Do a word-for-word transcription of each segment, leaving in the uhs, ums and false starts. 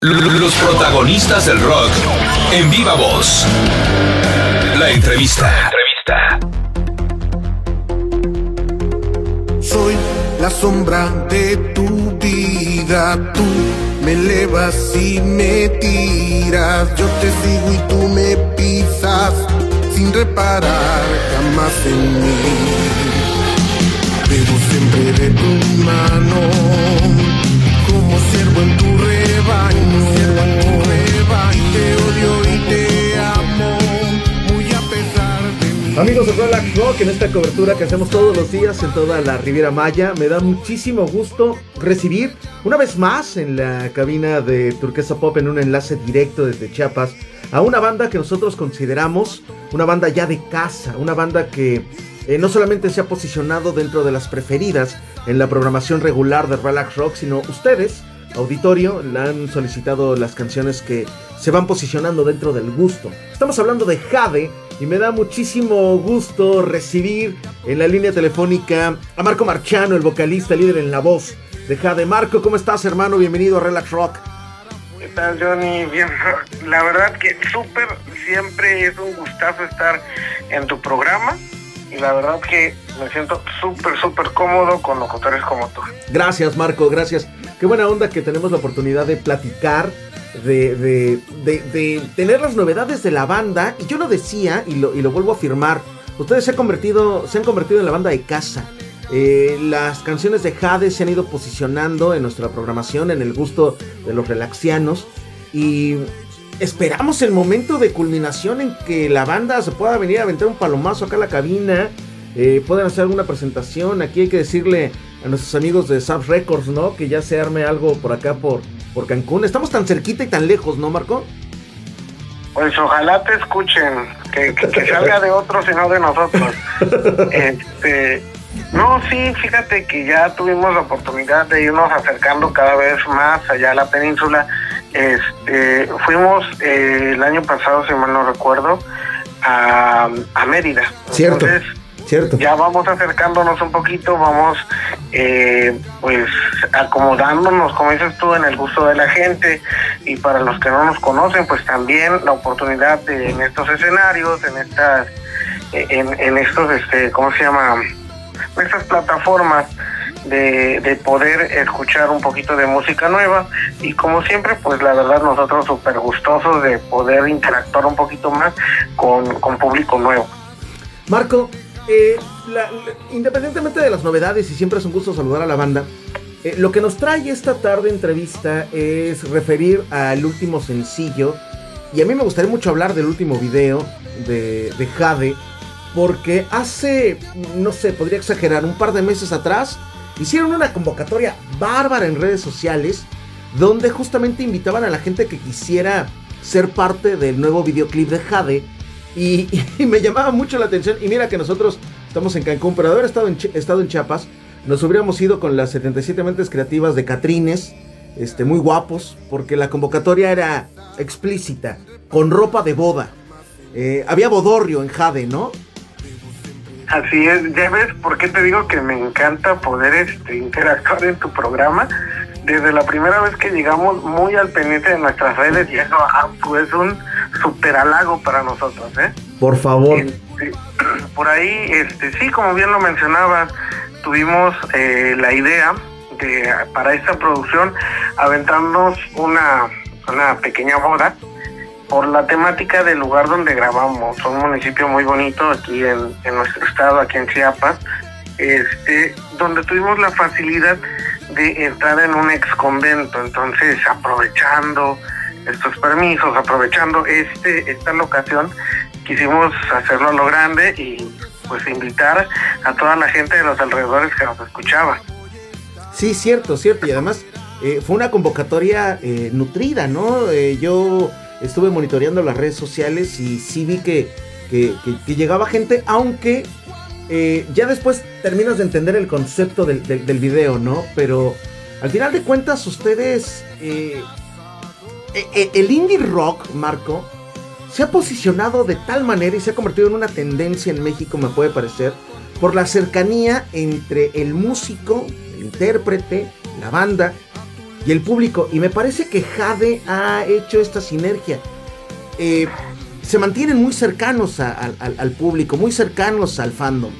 Los protagonistas del rock en viva voz. La entrevista. La entrevista. Soy la sombra de tu vida. Tú me elevas y me tiras. Yo te sigo y tú me pisas sin reparar jamás en mí. Pero siempre de tu mano, como siervo en tu rebaño. Te odio y te amo, muy a pesar de mí. Amigos de Relax Rock, en esta cobertura que hacemos todos los días en toda la Riviera Maya, me da muchísimo gusto recibir una vez más en la cabina de Turquesa Pop, en un enlace directo desde Chiapas, a una banda que nosotros consideramos una banda ya de casa, una banda que eh, no solamente se ha posicionado dentro de las preferidas en la programación regular de Relax Rock, sino ustedes, auditorio, le han solicitado las canciones que se van posicionando dentro del gusto. Estamos hablando de Jade y me da muchísimo gusto recibir en la línea telefónica a Marco Marciano, el vocalista, líder en la voz de Jade. Marco, ¿cómo estás, hermano? Bienvenido a Relax Rock. ¿Qué tal, Johnny? Bien, la verdad que súper, siempre es un gustazo estar en tu programa. Y la verdad que me siento súper, súper cómodo con locutores como tú. Gracias, Marco, gracias. Qué buena onda que tenemos la oportunidad de platicar, de, de, de, de tener las novedades de la banda. Y yo lo decía, y lo, y lo vuelvo a afirmar, ustedes se han convertido, se han convertido en la banda de casa. Eh, las canciones de Jade se han ido posicionando en nuestra programación, en el gusto de los relaxianos. Y esperamos el momento de culminación en que la banda se pueda venir a aventar un palomazo acá a la cabina, eh, puedan hacer alguna presentación. Aquí hay que decirle a nuestros amigos de Subs Records, ¿no? Que ya se arme algo por acá, por, por Cancún. Estamos tan cerquita y tan lejos, ¿no, Marco? Pues ojalá te escuchen, que, que, que salga de otros y no de nosotros. este, no, sí, fíjate que ya tuvimos la oportunidad de irnos acercando cada vez más allá a la península. Este, fuimos eh, el año pasado, si mal no recuerdo, a, a Mérida. Cierto, Entonces, cierto. Ya vamos acercándonos un poquito, vamos eh, pues acomodándonos, como dices tú, en el gusto de la gente. Y para los que no nos conocen, pues también la oportunidad de en estos escenarios, en estas, en, en estos, este, ¿cómo se llama? En estas plataformas. De, de poder escuchar un poquito de música nueva. Y como siempre, pues la verdad nosotros súper gustosos de poder interactuar un poquito más con, con público nuevo. Marco, eh, la, la, independientemente de las novedades, y siempre es un gusto saludar a la banda, eh, lo que nos trae esta tarde entrevista es referir al último sencillo. Y a mí me gustaría mucho hablar del último video de, de Jade, porque hace, no sé, podría exagerar, un par de meses atrás hicieron una convocatoria bárbara en redes sociales, donde justamente invitaban a la gente que quisiera ser parte del nuevo videoclip de Jade. Y, y me llamaba mucho la atención. Y mira que nosotros estamos en Cancún, pero de haber estado en, estado en Chiapas, nos hubiéramos ido con las setenta y siete mentes creativas de Catrines, este, muy guapos, porque la convocatoria era explícita, con ropa de boda. Eh, había bodorrio en Jade, ¿no? Así es, ya ves por qué te digo que me encanta poder este, interactuar en tu programa. Desde la primera vez que llegamos muy al pendiente de nuestras redes, y eso ah, pues, es un súper halago para nosotros, ¿eh? Por favor. Este, por ahí, este, sí, como bien lo mencionabas, tuvimos eh, la idea de, para esta producción, aventarnos una, una pequeña boda, por la temática del lugar donde grabamos. Un municipio muy bonito aquí en, en nuestro estado, aquí en Chiapas, este, donde tuvimos la facilidad de entrar en un ex convento. Entonces, aprovechando estos permisos, aprovechando este esta locación, quisimos hacerlo a lo grande y pues invitar a toda la gente de los alrededores que nos escuchaba. Sí, cierto, cierto. Y además eh, fue una convocatoria eh, nutrida, ¿no? Eh, yo estuve monitoreando las redes sociales y sí vi que, que, que, que llegaba gente, aunque eh, ya después terminas de entender el concepto del, del, del video, ¿no? Pero al final de cuentas ustedes, eh, eh, el indie rock, Marco, se ha posicionado de tal manera y se ha convertido en una tendencia en México, me puede parecer, por la cercanía entre el músico, el intérprete, la banda y el público. Y me parece que Jade ha hecho esta sinergia. Eh, se mantienen muy cercanos a, a, al, al público, muy cercanos al fandom.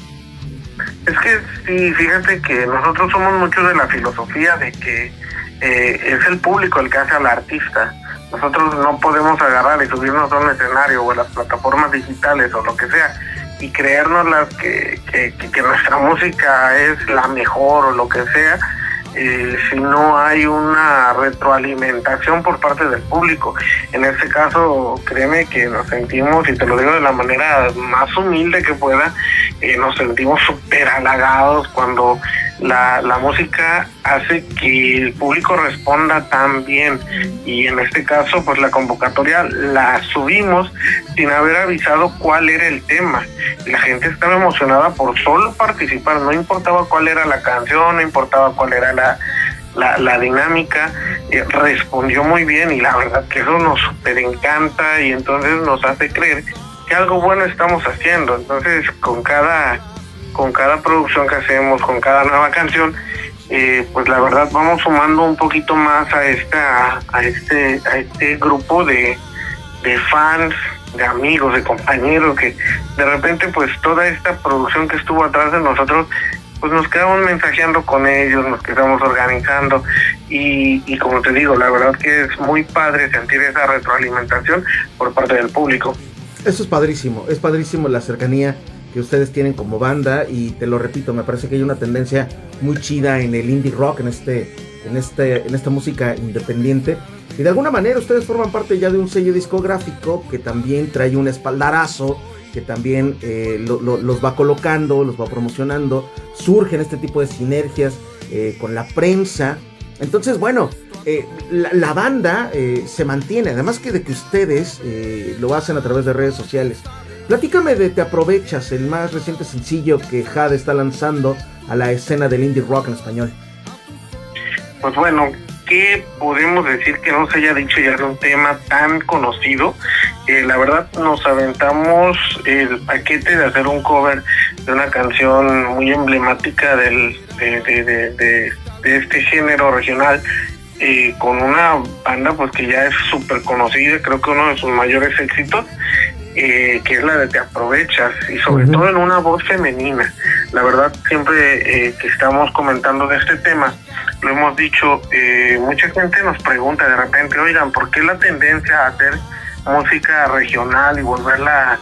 Es que sí, fíjate que nosotros somos muchos de la filosofía de que eh, es el público el que hace al artista. Nosotros no podemos agarrar y subirnos a un escenario o a las plataformas digitales o lo que sea y creérnoslas que, que, que, que nuestra música es la mejor o lo que sea, eh, si no hay una retroalimentación por parte del público. En este caso, créeme que nos sentimos, y te lo digo de la manera más humilde que pueda, eh, nos sentimos súper halagados cuando la, la música hace que el público responda tan bien, y en este caso pues la convocatoria la subimos sin haber avisado cuál era el tema. La gente estaba emocionada por solo participar, no importaba cuál era la canción, no importaba cuál era la la, la dinámica, eh, respondió muy bien, y la verdad que eso nos super encanta, y entonces nos hace creer que algo bueno estamos haciendo. Entonces con cada con cada producción que hacemos, con cada nueva canción, eh, pues la verdad vamos sumando un poquito más a esta a este a este grupo de de fans, de amigos, de compañeros, que de repente pues toda esta producción que estuvo atrás de nosotros, pues nos quedamos mensajeando con ellos, nos quedamos organizando, y, y como te digo, la verdad que es muy padre sentir esa retroalimentación por parte del público. Eso es padrísimo, es padrísimo la cercanía que ustedes tienen como banda, y te lo repito, me parece que hay una tendencia muy chida en el indie rock, en este, en este, en esta música independiente, y de alguna manera ustedes forman parte ya de un sello discográfico que también trae un espaldarazo, que también eh, lo, lo, los va colocando, los va promocionando, surgen este tipo de sinergias eh, con la prensa. Entonces, bueno, eh, la, la banda eh, se mantiene, además que de que ustedes eh, lo hacen a través de redes sociales. Platícame de Te Aprovechas, el más reciente sencillo que Jade está lanzando a la escena del indie rock en español. Pues bueno, ¿qué podemos decir que no se haya dicho ya de un tema tan conocido? Eh, la verdad nos aventamos el paquete de hacer un cover de una canción muy emblemática del, de, de, de, de, de este género regional, eh, con una banda pues que ya es súper conocida, creo que uno de sus mayores éxitos, eh, que es la de Te Aprovechas, y sobre uh-huh. todo en una voz femenina. La verdad, siempre eh, que estamos comentando de este tema, lo hemos dicho, eh, mucha gente nos pregunta de repente, oigan, ¿por qué la tendencia a hacer música regional y volverla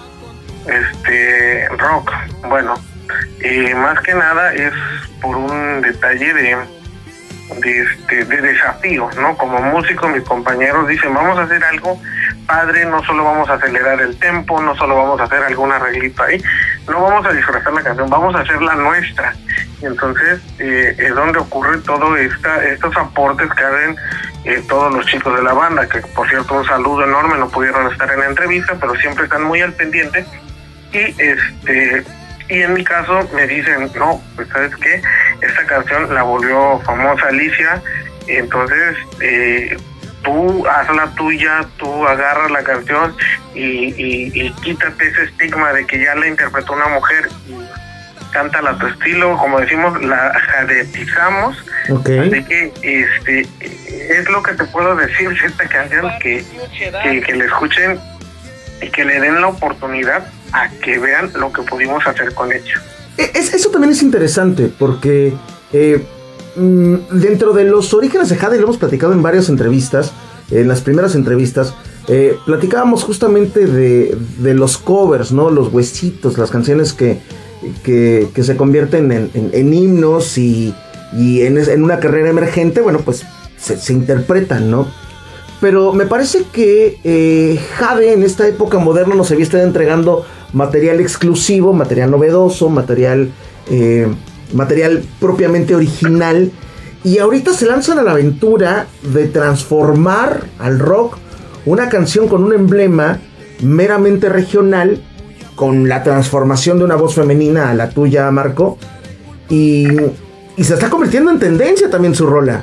este rock? Bueno, eh, más que nada es por un detalle de de, este, de desafío, ¿no? Como músicos, mis compañeros dicen, vamos a hacer algo padre, no solo vamos a acelerar el tempo, no solo vamos a hacer algún arreglito ahí, no vamos a disfrazar la canción, vamos a hacer la nuestra. Y entonces eh, es donde ocurre todo esta, estos aportes que hacen eh, todos los chicos de la banda, que por cierto un saludo enorme, no pudieron estar en la entrevista, pero siempre están muy al pendiente. Y este y en mi caso me dicen, no, pues ¿sabes qué? Esta canción la volvió famosa Alicia, entonces eh, tú haz la tuya, tú agarras la canción y, y, y quítate ese estigma de que ya la interpretó una mujer, y cántala a tu estilo, como decimos, la jadetizamos. Okay. Así que este es lo que te puedo decir de esta canción, que, que, que la escuchen y que le den la oportunidad a que vean lo que pudimos hacer con ella. Es, eso también es interesante, porque eh, dentro de los orígenes de Jade, lo hemos platicado en varias entrevistas, en las primeras entrevistas, eh, platicábamos justamente de, de los covers, ¿no? Los huesitos, las canciones que, que, que se convierten en, en, en himnos y, y en, en una carrera emergente, bueno, pues se, se interpretan, ¿no? Pero me parece que eh, Jade en esta época moderna nos había estado entregando material exclusivo, material novedoso, material, eh, material propiamente original. Y ahorita se lanzan a la aventura de transformar al rock una canción con un emblema meramente regional, con la transformación de una voz femenina a la tuya, Marco. Y, y se está convirtiendo en tendencia también su rola.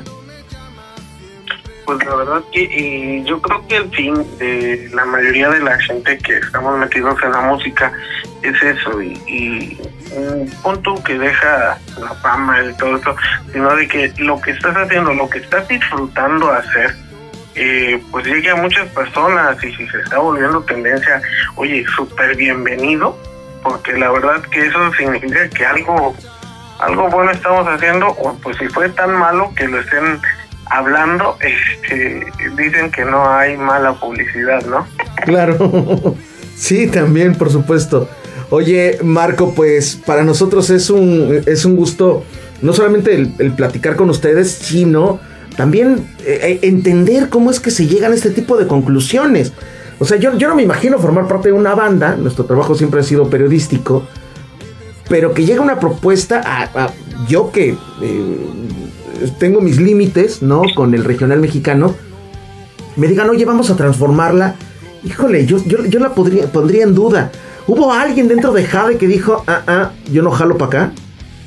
Pues la verdad que eh, yo creo que el fin de la mayoría de la gente que estamos metidos en la música es eso, y, y pon tú que deja la fama y todo eso, sino de que lo que estás haciendo, lo que estás disfrutando hacer, eh, pues llegue a muchas personas, y si se está volviendo tendencia, oye, súper bienvenido, porque la verdad que eso significa que algo, algo bueno estamos haciendo, o pues si fue tan malo que lo estén hablando, este, dicen que no hay mala publicidad, ¿no? Claro, sí, también, por supuesto. Oye, Marco, pues para nosotros es un, es un gusto, no solamente el, el platicar con ustedes, sino también eh, entender cómo es que se llegan a este tipo de conclusiones. O sea, yo, yo no me imagino formar parte de una banda, nuestro trabajo siempre ha sido periodístico, pero que llega una propuesta a, a yo que eh, tengo mis límites, ¿no? Con el regional mexicano, me digan, oye, vamos a transformarla. Híjole, yo, yo, yo la podría, pondría en duda. ¿Hubo alguien dentro de Jade que dijo, ah, ah, yo no jalo para acá?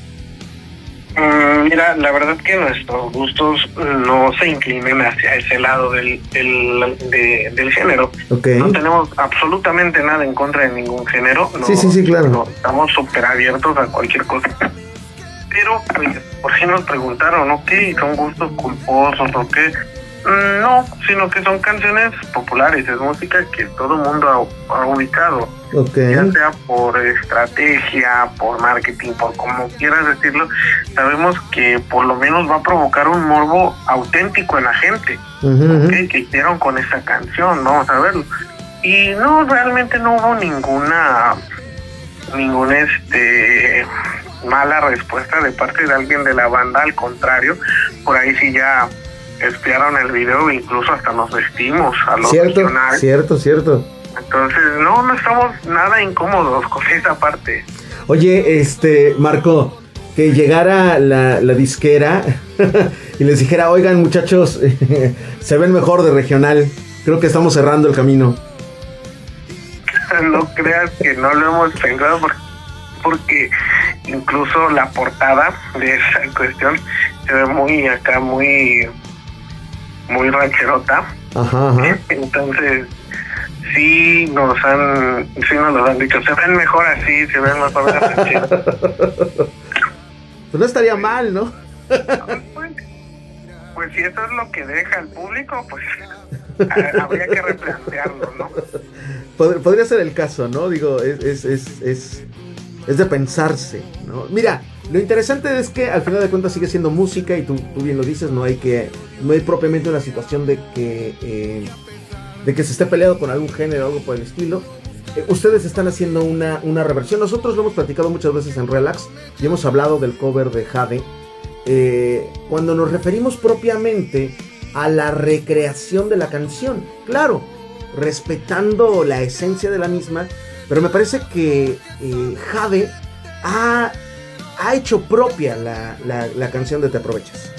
Mm, mira, la verdad que nuestros gustos no se inclinan hacia ese lado del, del, de, del género. Okay. No tenemos absolutamente nada en contra de ningún género. No, sí, sí, sí, claro. No, estamos súper abiertos a cualquier cosa. Pero, pues, por si nos preguntaron, ¿no? ¿Qué? ¿Son gustos culposos o qué? No, sino que son canciones populares, es música que todo el mundo ha, ha ubicado, okay. Ya sea por estrategia, por marketing, por como quieras decirlo, sabemos que por lo menos va a provocar un morbo auténtico en la gente, uh-huh. ¿Okay? Que hicieron con esta canción, vamos a verlo. Y no, realmente no hubo ninguna, ninguna este mala respuesta de parte de alguien de la banda, al contrario, por ahí sí ya espiaron el video, incluso hasta nos vestimos a los cierto, regionales. Cierto, cierto. Entonces, no, no estamos nada incómodos con esa parte. Oye, este, Marco, que llegara la, la disquera y les dijera, oigan, muchachos, se ven mejor de regional, creo que estamos cerrando el camino. No creas que no lo hemos pensado, porque, porque incluso la portada de esa cuestión se ve muy acá, muy... muy rancherota. Ajá, ajá. Entonces sí nos han sí nos lo han dicho, se ven mejor así, se ven mejor rancheros. Pues no estaría mal, ¿no? Pues, pues si eso es lo que deja el público, pues habría que replantearlo, ¿no? Pod- podría ser el caso, ¿no? Digo, es es es es, es de pensarse, ¿no? Mira, lo interesante es que al final de cuentas sigue siendo música, y tú, tú bien lo dices, no hay que no hay propiamente una situación de que eh, de que se esté peleado con algún género o algo por el estilo. Eh, ustedes están haciendo una, una reversión. Nosotros lo hemos platicado muchas veces en Relax y hemos hablado del cover de Jade. Eh, cuando nos referimos propiamente a la recreación de la canción, claro, respetando la esencia de la misma, pero me parece que eh, Jade ha ha hecho propia la, la, la canción de Te Aprovechas.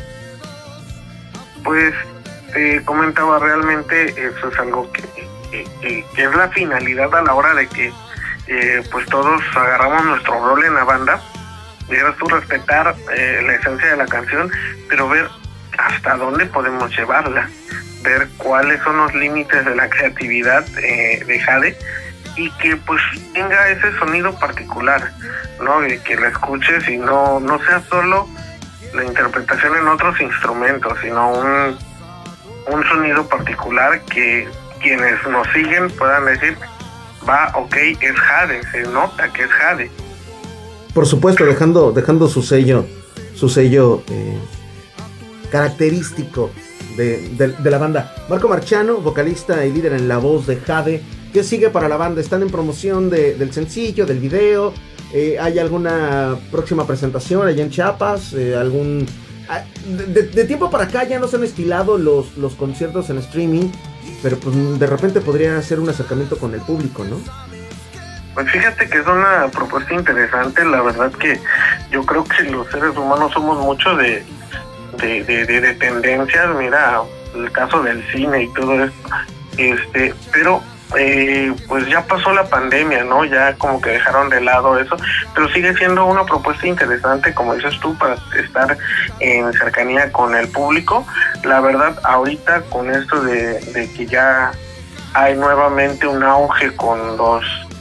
Pues te eh, comentaba, realmente eso es algo que, que, que, que es la finalidad a la hora de que eh, pues todos agarramos nuestro rol en la banda. Debes tú respetar eh, la esencia de la canción, pero ver hasta dónde podemos llevarla, ver cuáles son los límites de la creatividad eh, de Jade, y que pues tenga ese sonido particular, ¿no? Y que la escuches y no, no sea solo la interpretación en otros instrumentos, sino un, un sonido particular que quienes nos siguen puedan decir, va, ok, es Jade, se nota que es Jade. Por supuesto, dejando, dejando su sello, su sello eh, característico de, de, de la banda. Marco Marciano, vocalista y líder en La Voz de Jade. ¿Qué sigue para la banda? ¿Están en promoción de, del sencillo, del video? Eh, ¿Hay alguna próxima presentación allá en Chiapas? Eh, ¿Algún de, de tiempo para acá ya no se han estilado los, los conciertos en streaming? Pero pues de repente podría ser un acercamiento con el público, ¿no? Pues fíjate que es una propuesta interesante. La verdad que yo creo que los seres humanos somos mucho de, de, de, de, de tendencias. Mira, el caso del cine y todo esto. Este, pero eh, pues ya pasó la pandemia, ¿no? Ya como que dejaron de lado eso, pero sigue siendo una propuesta interesante, como dices tú, para estar en cercanía con el público. La verdad, ahorita con esto de, de que ya hay nuevamente un auge con los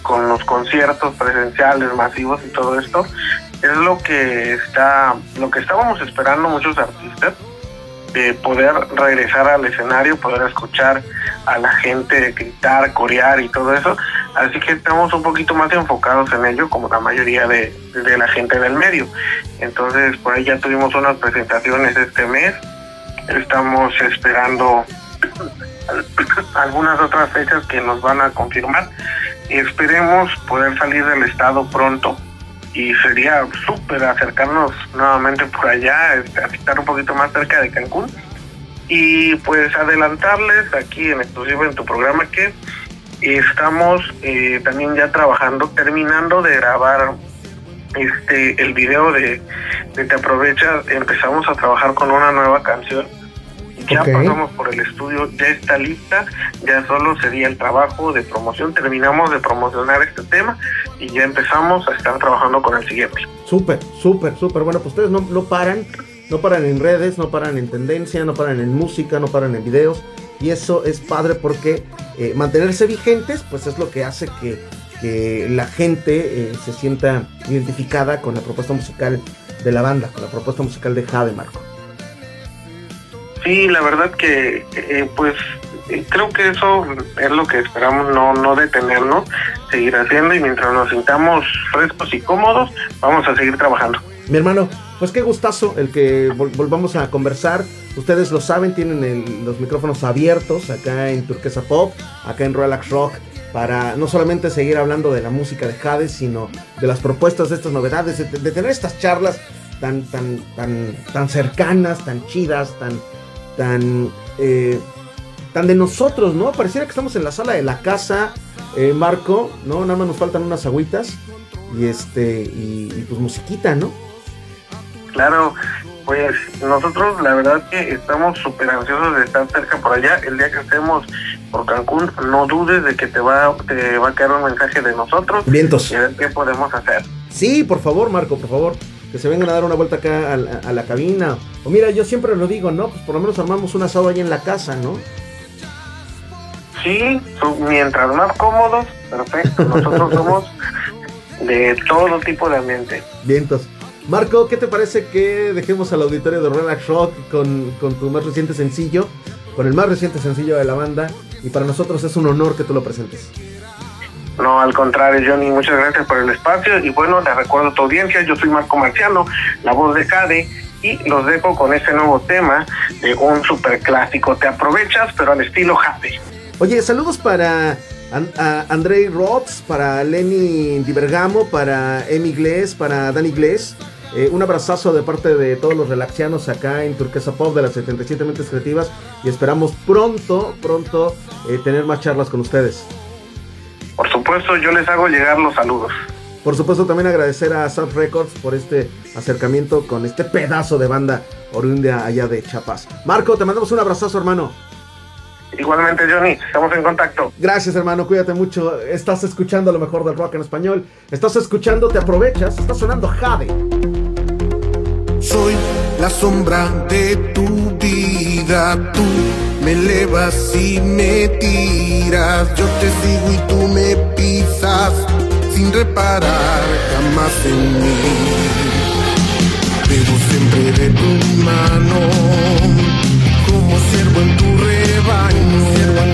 con los conciertos presenciales masivos y todo esto, es lo que está, lo que estábamos esperando muchos artistas, de poder regresar al escenario, poder escuchar a la gente gritar, corear y todo eso. Así que estamos un poquito más enfocados en ello, como la mayoría de, de la gente del medio. Entonces, por ahí ya tuvimos unas presentaciones este mes. Estamos esperando algunas otras fechas que nos van a confirmar. Esperemos poder salir del estado pronto, y sería súper acercarnos nuevamente por allá, estar un poquito más cerca de Cancún, y pues adelantarles aquí en exclusiva en tu programa que estamos eh, también ya trabajando, terminando de grabar este el video de, de Te Aprovechas. Empezamos a trabajar con una nueva canción. Ya okay. Pasamos por el estudio, ya está lista, ya solo sería el trabajo de promoción. Terminamos de promocionar este tema y ya empezamos a estar trabajando con el siguiente. Súper, súper, súper. Bueno, pues ustedes no, no paran, no paran en redes, no paran en tendencia, no paran en música, no paran en videos. Y eso es padre porque eh, mantenerse vigentes, pues es lo que hace que, que la gente eh, se sienta identificada con la propuesta musical de la banda, con la propuesta musical de Jade, Marco. Sí, la verdad que eh, pues eh, creo que eso es lo que esperamos, no no detenernos, seguir haciendo, y mientras nos sintamos frescos y cómodos, vamos a seguir trabajando. Mi hermano, pues qué gustazo el que vol- volvamos a conversar. Ustedes lo saben, tienen el, los micrófonos abiertos acá en Turquesa Pop, acá en Relax Rock, para no solamente seguir hablando de la música de Jade, sino de las propuestas, de estas novedades, de, de tener estas charlas tan tan tan tan cercanas, tan chidas, tan tan eh, tan de nosotros, ¿no? Pareciera que estamos en la sala de la casa, eh, Marco, ¿no? Nada más nos faltan unas agüitas y este y, y pues musiquita, ¿no? Claro, pues nosotros la verdad que estamos súper ansiosos de estar cerca por allá. El día que estemos por Cancún, no dudes de que te va te va a quedar un mensaje de nosotros. Vientos. Y a ver qué podemos hacer. Sí, por favor, Marco, por favor, que se vengan a dar una vuelta acá a la, a la cabina. O mira, yo siempre lo digo, ¿no? Pues por lo menos armamos un asado ahí en la casa, ¿no? Sí, mientras más cómodos, perfecto. Nosotros somos de todo tipo de ambiente. Vientos. Marco, ¿qué te parece que dejemos al auditorio de Relax Rock con, con tu más reciente sencillo, con el más reciente sencillo de la banda? Y para nosotros es un honor que tú lo presentes. No, al contrario, Johnny, muchas gracias por el espacio. Y bueno, les recuerdo a tu audiencia, yo soy Marco Marciano, la voz de Jade, y los dejo con este nuevo tema de un super clásico. Te aprovechas, pero al estilo Jade. Oye, saludos para a Andrei Roths, para Lenny Di Bergamo, para Emi Iglesias, para Dani Iglesias. Eh, un abrazazo de parte de todos los relaxianos acá en Turquesa Pop de las setenta y siete Mentes Creativas, y esperamos pronto, pronto eh, tener más charlas con ustedes. Por supuesto, yo les hago llegar los saludos. Por supuesto, también agradecer a South Records por este acercamiento con este pedazo de banda oriunda allá de Chiapas. Marco, te mandamos un abrazazo, hermano. Igualmente, Johnny, estamos en contacto. Gracias, hermano, cuídate mucho. Estás escuchando lo mejor del rock en español. Estás escuchando Te Aprovechas. Está sonando Jade. Soy la sombra de tu vida. Tú me elevas y me tiras. Yo te sigo y tú me pisas, sin reparar jamás en mí. Pero siempre de tu mano, como siervo en tu rebaño.